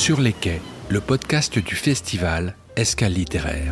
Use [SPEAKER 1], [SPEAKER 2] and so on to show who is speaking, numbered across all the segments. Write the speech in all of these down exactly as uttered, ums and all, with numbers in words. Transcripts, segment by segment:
[SPEAKER 1] Sur les quais, le podcast du festival Escale littéraire.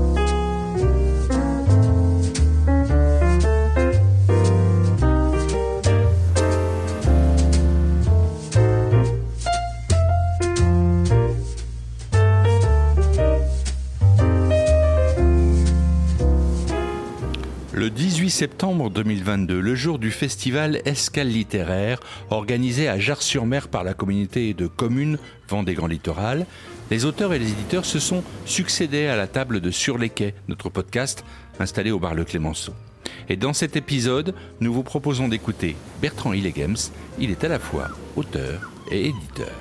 [SPEAKER 1] Le dix-huit septembre deux mille vingt-deux, le jour du festival Escale littéraire, organisé à Jars-sur-Mer par la communauté de communes Vendée Grand Littoral, les auteurs et les éditeurs se sont succédés à la table de Sur les quais, notre podcast installé au bar Le Clémenceau. Et dans cet épisode, nous vous proposons d'écouter Bertrand Hillegems. Il est à la fois auteur et éditeur.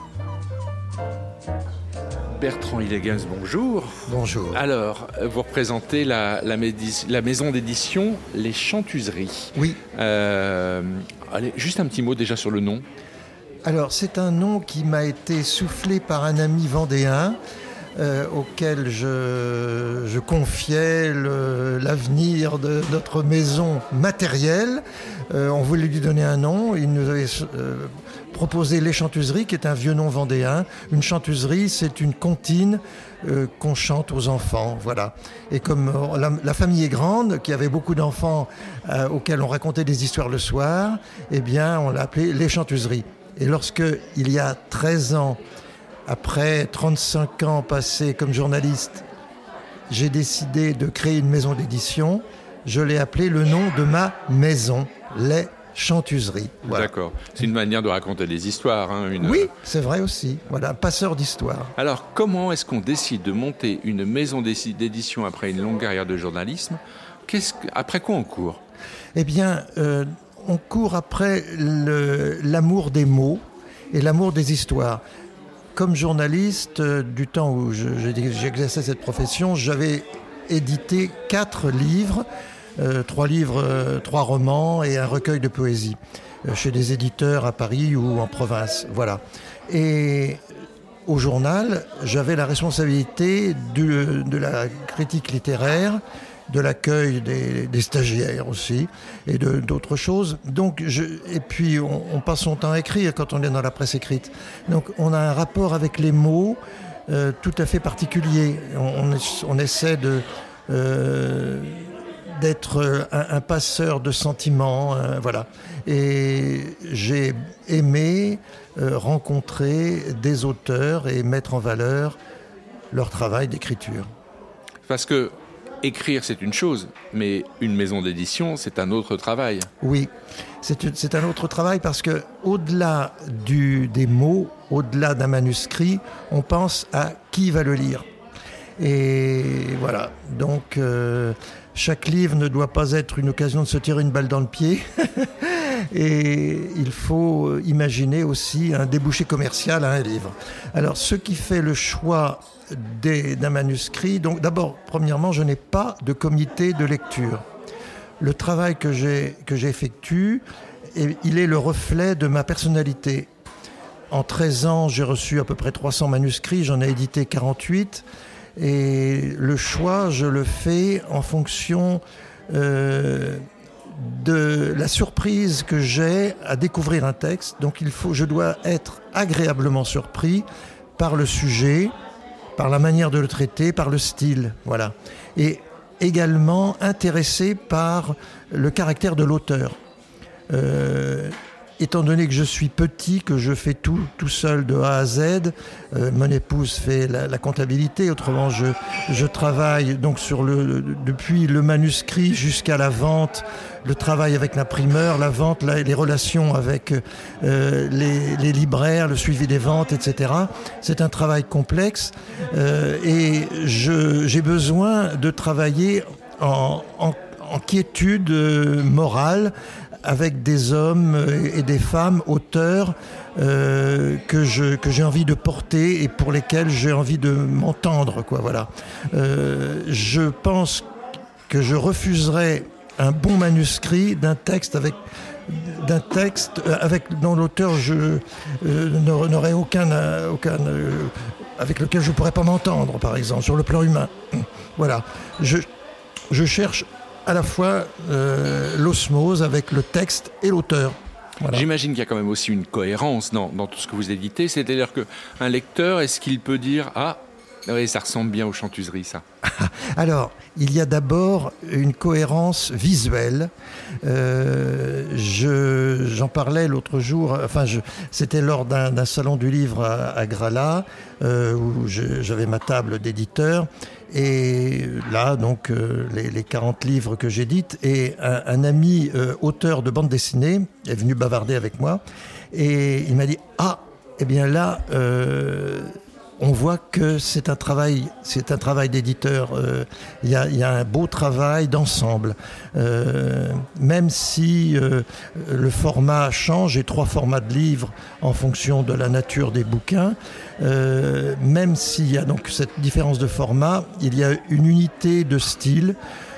[SPEAKER 1] Bertrand Hillegems, bonjour.
[SPEAKER 2] Bonjour.
[SPEAKER 1] Alors, vous représentez la, la, médi- la maison d'édition Les Chantuseries.
[SPEAKER 2] Oui.
[SPEAKER 1] Euh, allez, juste un petit mot déjà sur le nom.
[SPEAKER 2] Alors, c'est un nom qui m'a été soufflé par un ami vendéen euh, auquel je, je confiais le, l'avenir de notre maison matérielle. Euh, on voulait lui donner un nom. Il nous avait euh, proposé Les Chantuseries, qui est un vieux nom vendéen. Une chantuserie, c'est une comptine euh, qu'on chante aux enfants. Voilà. Et comme euh, la, la famille est grande, qu'il y avait beaucoup d'enfants euh, auxquels on racontait des histoires le soir, eh bien, on l'a appelé Les Chantuseries. Et lorsque, il y a treize ans, après trente-cinq ans passés comme journaliste, j'ai décidé de créer une maison d'édition, je l'ai appelé le nom de ma maison, Les Chantuseries. Voilà.
[SPEAKER 1] D'accord. C'est une manière de raconter des histoires. Hein, une...
[SPEAKER 2] Oui, c'est vrai aussi. Voilà, passeur d'histoire.
[SPEAKER 1] Alors, comment est-ce qu'on décide de monter une maison d'édition après une longue carrière de journalisme ? Qu'est-ce que... Après quoi on court ?
[SPEAKER 2] Eh bien, euh, on court après le, l'amour des mots et l'amour des histoires. Comme journaliste, euh, du temps où je, j'ai, j'exerçais cette profession, j'avais édité quatre livres, euh, trois livres, euh, trois romans et un recueil de poésie, euh, chez des éditeurs à Paris ou en province. Voilà. Et au journal, j'avais la responsabilité de, de la critique littéraire, de l'accueil des, des stagiaires aussi, et de, d'autres choses. Donc, je, et puis, on, on passe son temps à écrire quand on est dans la presse écrite. Donc, on a un rapport avec les mots euh, tout à fait particulier. On, on, on essaie de, euh, d'être un, un passeur de sentiments, euh, voilà. Et j'ai aimé euh, rencontrer des auteurs et mettre en valeur leur travail d'écriture.
[SPEAKER 1] Parce que écrire, c'est une chose, mais une maison d'édition, c'est un autre travail.
[SPEAKER 2] Oui, c'est, c'est un autre travail parce que au-delà du, des mots, au-delà d'un manuscrit, on pense à qui va le lire. Et voilà, donc euh, chaque livre ne doit pas être une occasion de se tirer une balle dans le pied. Et il faut imaginer aussi un débouché commercial à un livre. Alors, ce qui fait le choix des, d'un manuscrit, donc d'abord, premièrement, je n'ai pas de comité de lecture. Le travail que, j'ai, que j'effectue, il est le reflet de ma personnalité. En treize ans, j'ai reçu à peu près trois cents manuscrits, j'en ai édité quarante-huit. Et le choix, je le fais en fonction euh, de la surprise que j'ai à découvrir un texte. Donc il faut, je dois être agréablement surpris par le sujet, par la manière de le traiter, par le style, voilà. Et également intéressé par le caractère de l'auteur. Euh, Étant donné que je suis petit, que je fais tout, tout seul de A à Z, euh, mon épouse fait la, la comptabilité, autrement je, je travaille donc sur le, depuis le manuscrit jusqu'à la vente, le travail avec l'imprimeur, la vente, la, les relations avec euh, les, les libraires, le suivi des ventes, et cetera. C'est un travail complexe euh, et je, j'ai besoin de travailler en, en, en quiétude morale, avec des hommes et des femmes auteurs euh, que, je, que j'ai envie de porter et pour lesquels j'ai envie de m'entendre, quoi, voilà. Euh, je pense que je refuserais un bon manuscrit d'un texte avec d'un texte avec dont l'auteur je euh, n'aurait aucun aucun euh, avec lequel je pourrais pas m'entendre, par exemple, sur le plan humain. Voilà. Je je cherche à la fois euh, l'osmose avec le texte et l'auteur. Voilà.
[SPEAKER 1] J'imagine qu'il y a quand même aussi une cohérence dans, dans tout ce que vous éditez. C'est-à-dire qu'un lecteur, est-ce qu'il peut dire « Ah, oui, ça ressemble bien aux Chantuseries, ça ».
[SPEAKER 2] Alors, il y a d'abord une cohérence visuelle. Euh, je, j'en parlais l'autre jour, enfin, je, c'était lors d'un, d'un salon du livre à, à Grala, euh, où je, j'avais ma table d'éditeur. Et là, donc, euh, les, les quarante livres que j'édite, et un, un ami euh, auteur de bande dessinée est venu bavarder avec moi, et il m'a dit « Ah, eh bien là... Euh, on voit que c'est un travail, c'est un travail d'éditeur. Euh, il y a, il y a un beau travail d'ensemble. Euh, même si euh, le format change, j'ai trois formats de livres en fonction de la nature des bouquins. Euh, même s'il y a donc cette différence de format, il y a une unité de style.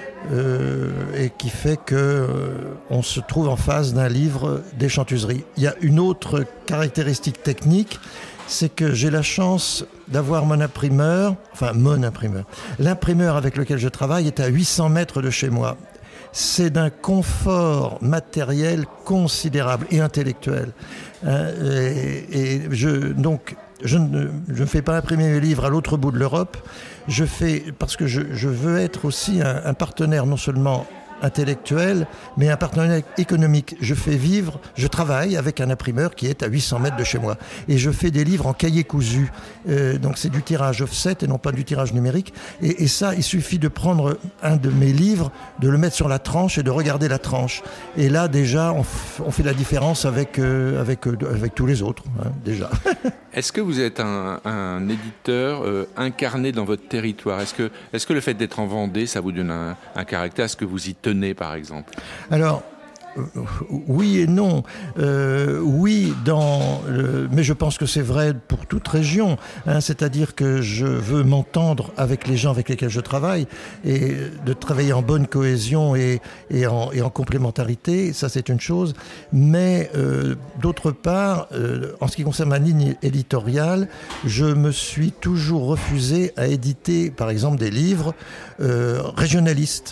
[SPEAKER 2] Euh, et qui fait que euh, on se trouve en face d'un livre des Chantuseries. Il y a une autre caractéristique technique, c'est que j'ai la chance d'avoir mon imprimeur, enfin mon imprimeur, l'imprimeur avec lequel je travaille est à huit cents mètres de chez moi. C'est d'un confort matériel considérable et intellectuel. Hein, et, et je, donc, je ne, je ne fais pas imprimer mes livres à l'autre bout de l'Europe. Je fais, parce que je, je veux être aussi un, un partenaire non seulement intellectuel, mais un partenaire économique. Je fais vivre, je travaille avec un imprimeur qui est à huit cents mètres de chez moi. Et je fais des livres en cahier cousu. Euh, donc c'est du tirage offset et non pas du tirage numérique. Et, et ça, il suffit de prendre un de mes livres, de le mettre sur la tranche et de regarder la tranche. Et là, déjà, on, f- on fait la différence avec, euh, avec, euh, avec tous les autres, hein, déjà.
[SPEAKER 1] Est-ce que vous êtes un, un éditeur euh, incarné dans votre territoire ? Est-ce que, est-ce que le fait d'être en Vendée, ça vous donne un, un caractère ? Est-ce que vous y tenez, par exemple ?
[SPEAKER 2] Alors, euh, oui et non. Euh, oui, dans le, mais je pense que c'est vrai pour toute région. Hein, c'est-à-dire que je veux m'entendre avec les gens avec lesquels je travaille et de travailler en bonne cohésion et, et, en, et en complémentarité. Ça, c'est une chose. Mais euh, d'autre part, euh, en ce qui concerne ma ligne éditoriale, je me suis toujours refusé à éditer, par exemple, des livres euh, régionalistes.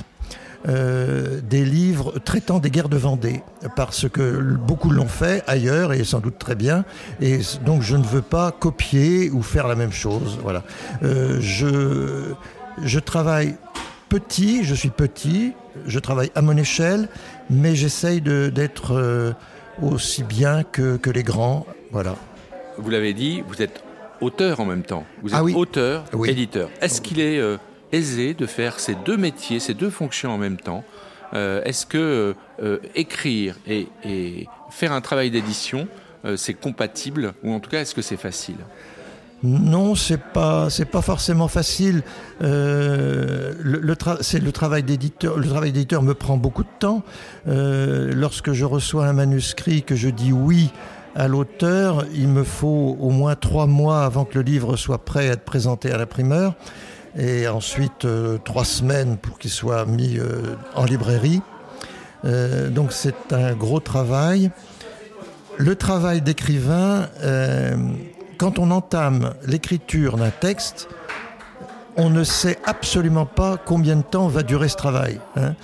[SPEAKER 2] Euh, des livres traitant des guerres de Vendée, parce que beaucoup l'ont fait ailleurs et sans doute très bien, et donc je ne veux pas copier ou faire la même chose. Voilà. Euh, je, je travaille petit, je suis petit, je travaille à mon échelle, mais j'essaye de, d'être euh, aussi bien que, que les grands. Voilà.
[SPEAKER 1] Vous l'avez dit, vous êtes auteur en même temps. Vous êtes
[SPEAKER 2] ah oui.
[SPEAKER 1] auteur,
[SPEAKER 2] oui.
[SPEAKER 1] éditeur. Est-ce qu'il est euh, aisé de faire ces deux métiers, ces deux fonctions en même temps ? euh, Est-ce que euh, écrire et, et faire un travail d'édition, euh, c'est compatible ? Ou en tout cas, est-ce que c'est facile ?
[SPEAKER 2] Non, c'est pas, c'est pas forcément facile. Euh, le, le tra- c'est le travail d'éditeur. Le travail d'éditeur me prend beaucoup de temps. Euh, lorsque je reçois un manuscrit, que je dis oui à l'auteur, il me faut au moins trois mois avant que le livre soit prêt à être présenté à l'imprimeur. Et ensuite euh, trois semaines pour qu'il soit mis euh, en librairie. Euh, donc c'est un gros travail. Le travail d'écrivain, euh, quand on entame l'écriture d'un texte, on ne sait absolument pas combien de temps va durer ce travail. Hein.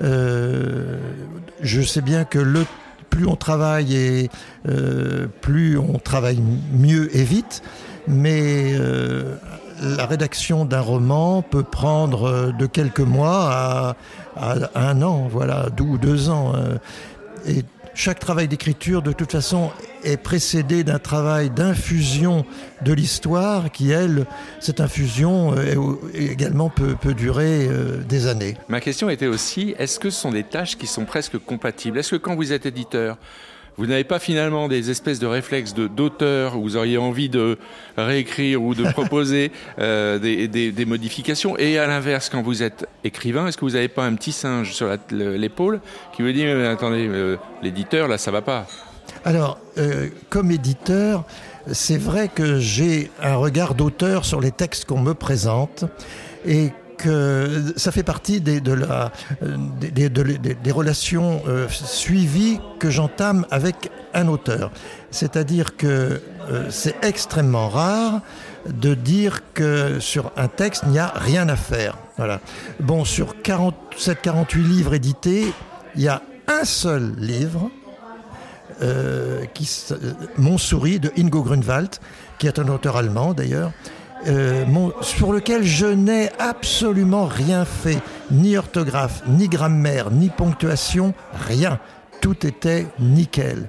[SPEAKER 2] Euh, je sais bien que le, plus on travaille et euh, plus on travaille mieux et vite, mais euh, la rédaction d'un roman peut prendre de quelques mois à, à un an, voilà, ou deux ans. Et chaque travail d'écriture, de toute façon, est précédé d'un travail d'infusion de l'histoire qui, elle, cette infusion euh, également peut, peut durer euh, des années.
[SPEAKER 1] Ma question était aussi, est-ce que ce sont des tâches qui sont presque compatibles ? Est-ce que quand vous êtes éditeur, vous n'avez pas finalement des espèces de réflexes de, d'auteur où vous auriez envie de réécrire ou de proposer euh, des, des, des modifications ? Et à l'inverse, quand vous êtes écrivain, est-ce que vous n'avez pas un petit singe sur la, l'épaule qui vous dit « Attendez, euh, l'éditeur, là, ça va pas ».
[SPEAKER 2] Alors, euh, comme éditeur, c'est vrai que j'ai un regard d'auteur sur les textes qu'on me présente et que ça fait partie des, de la, des, de, des, des relations euh, suivies que j'entame avec un auteur. C'est-à-dire que euh, c'est extrêmement rare de dire que sur un texte, il n'y a rien à faire. Voilà. Bon, sur quarante-sept quarante-huit livres édités, il y a un seul livre euh, qui, Montsouris de Ingo Grunwald, qui est un auteur allemand d'ailleurs, euh, mon, sur lequel je n'ai absolument rien fait, ni orthographe, ni grammaire, ni ponctuation, rien. Tout était nickel.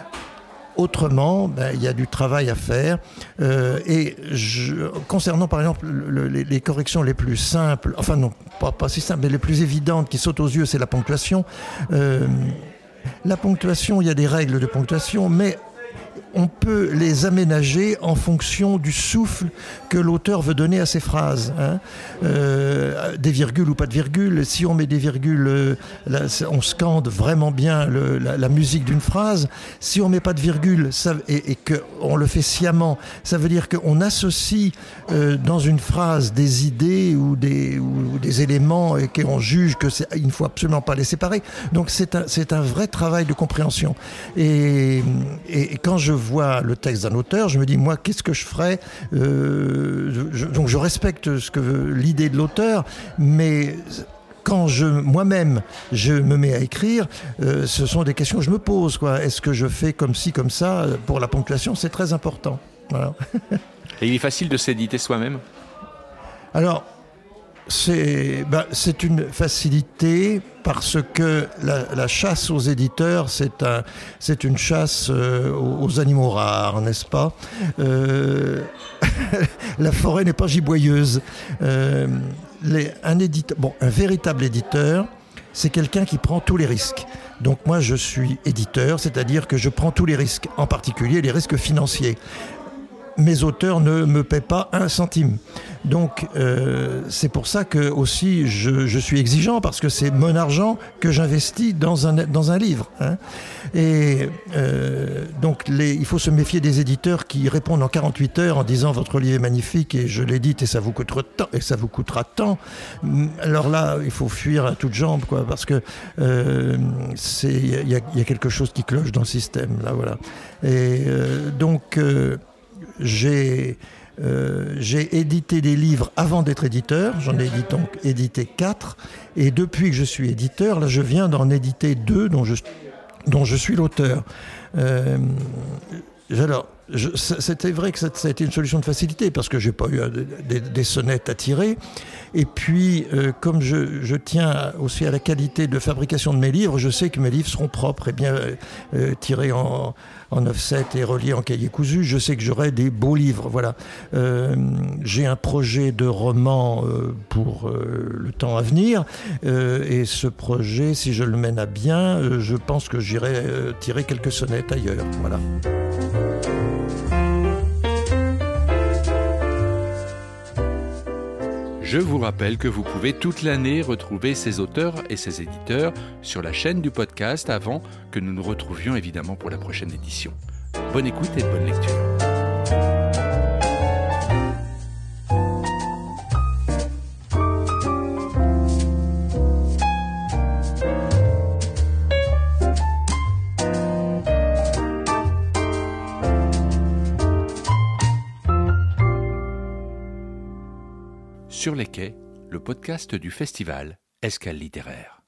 [SPEAKER 2] Autrement, ben, il y a du travail à faire. Euh, et je, concernant par exemple le, les, les corrections les plus simples, enfin non, pas, pas si simples, mais les plus évidentes qui sautent aux yeux, c'est la ponctuation. Euh, la ponctuation, il y a des règles de ponctuation, mais on peut les aménager en fonction du souffle que l'auteur veut donner à ses phrases. Hein. Euh, des virgules ou pas de virgules. Si on met des virgules, euh, là, on scande vraiment bien le, la, la musique d'une phrase. Si on met pas de virgule ça, et, et qu'on le fait sciemment, ça veut dire qu'on associe euh, dans une phrase des idées ou des, ou, ou des éléments et qu'on juge qu'il ne faut absolument pas les séparer. Donc c'est un, c'est un vrai travail de compréhension. Et, et, et quand je vois le texte d'un auteur, je me dis, moi, qu'est-ce que je ferais euh, je, Donc je respecte ce que l'idée de l'auteur, mais quand je, moi-même, je me mets à écrire, euh, ce sont des questions que je me pose, quoi. Est-ce que je fais comme ci, comme ça? Pour la ponctuation, c'est très important. Voilà.
[SPEAKER 1] Et il est facile de s'éditer soi-même?
[SPEAKER 2] Alors, c'est, bah, c'est une facilité parce que la, la chasse aux éditeurs, c'est, un, c'est une chasse euh, aux animaux rares, n'est-ce pas? euh, La forêt n'est pas giboyeuse. Euh, les, un, éditeur, bon, un véritable éditeur, c'est quelqu'un qui prend tous les risques. Donc moi, je suis éditeur, c'est-à-dire que je prends tous les risques, en particulier les risques financiers. Mes auteurs ne me paient pas un centime. Donc euh, c'est pour ça que aussi je, je suis exigeant, parce que c'est mon argent que j'investis dans un, dans un livre. Hein. Et euh, donc les, il faut se méfier des éditeurs qui répondent en quarante-huit heures en disant votre livre est magnifique et je l'édite et ça vous coûtera tant, et ça vous coûtera tant. Alors là, il faut fuir à toutes jambes, quoi, parce que euh, c'est il y a, y a quelque chose qui cloche dans le système. Là, voilà. Et euh, donc euh, J'ai, euh, j'ai édité des livres avant d'être éditeur, j'en ai édité, donc édité quatre, et depuis que je suis éditeur, là je viens d'en éditer deux dont je, dont je suis l'auteur. Euh, alors, je, c'était vrai que ça, ça a été une solution de facilité parce que j'ai pas eu des, des sonnettes à tirer. Et puis, euh, comme je, je tiens aussi à la qualité de fabrication de mes livres, je sais que mes livres seront propres et bien euh, tirés en, en offset et reliés en cahier cousu. Je sais que j'aurai des beaux livres. Voilà. Euh, j'ai un projet de roman euh, pour euh, le temps à venir. Euh, et ce projet, si je le mène à bien, euh, je pense que j'irai euh, tirer quelques sonnettes ailleurs. Voilà.
[SPEAKER 1] Je vous rappelle que vous pouvez toute l'année retrouver ces auteurs et ces éditeurs sur la chaîne du podcast avant que nous nous retrouvions évidemment pour la prochaine édition. Bonne écoute et bonne lecture. Sur les quais, le podcast du festival Escale littéraire.